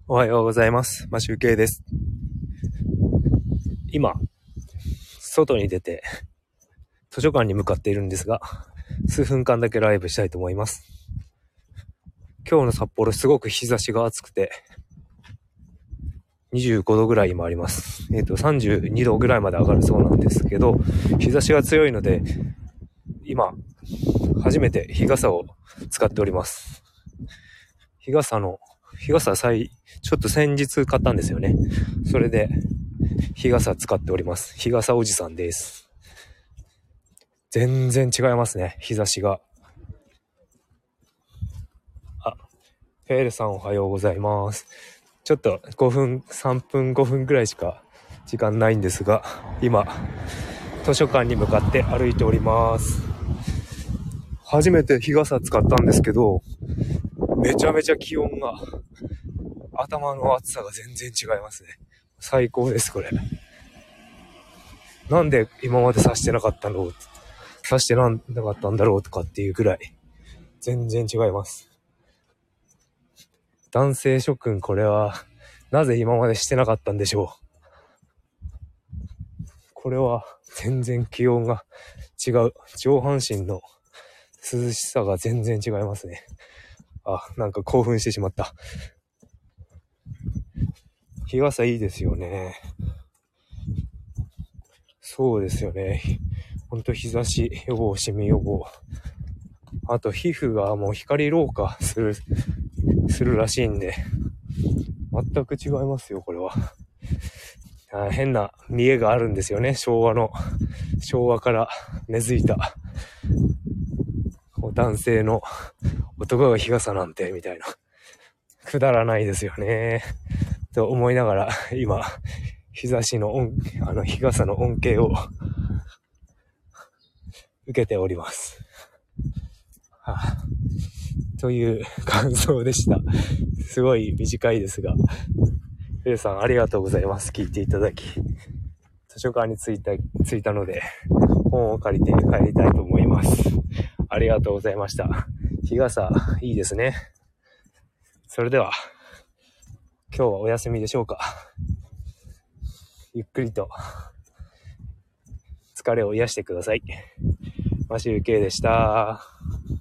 おはようございます。マシュウケイです。今、外に出て図書館に向かっているんですが、数分間だけライブしたいと思います。今日の札幌すごく日差しが暑くて、25度ぐらい今あります。32度ぐらいまで上がるそうなんですけど、日差しが強いので、今、初めて日傘を使っております。日傘ちょっと先日買ったんですよね。それで、日傘使っております。日傘おじさんです。全然違いますね、日差しが。フェールさんおはようございます。ちょっと3分5分ぐらいしか時間ないんですが、今、図書館に向かって歩いております。初めて日傘使ったんですけど、めちゃめちゃ気温が、頭の暑さが全然違いますね。最高です、これ。なんで今まで差してなかったんだろうとかっていうぐらい、全然違います。男性諸君、これはなぜ今までしてなかったんでしょう。これは全然気温が違う。上半身の涼しさが全然違いますね。なんか興奮してしまった。日傘いいですよね。そうですよね。ほんと日差し予防、シミ予防。あと皮膚がもう光老化するらしいんで、全く違いますよ、これは。変な見栄があるんですよね。昭和から根付いた男性の男が日傘なんてみたいな、くだらないですよねと思いながら、今日傘の恩恵を受けております。という感想でした。すごい短いですが、皆さんありがとうございます。聞いていただき。図書館に着いたので、本を借りて帰りたいと思います。ありがとうございました。日傘いいですね。それでは今日はお休みでしょうか。ゆっくりと疲れを癒してください。マシュウケイでした。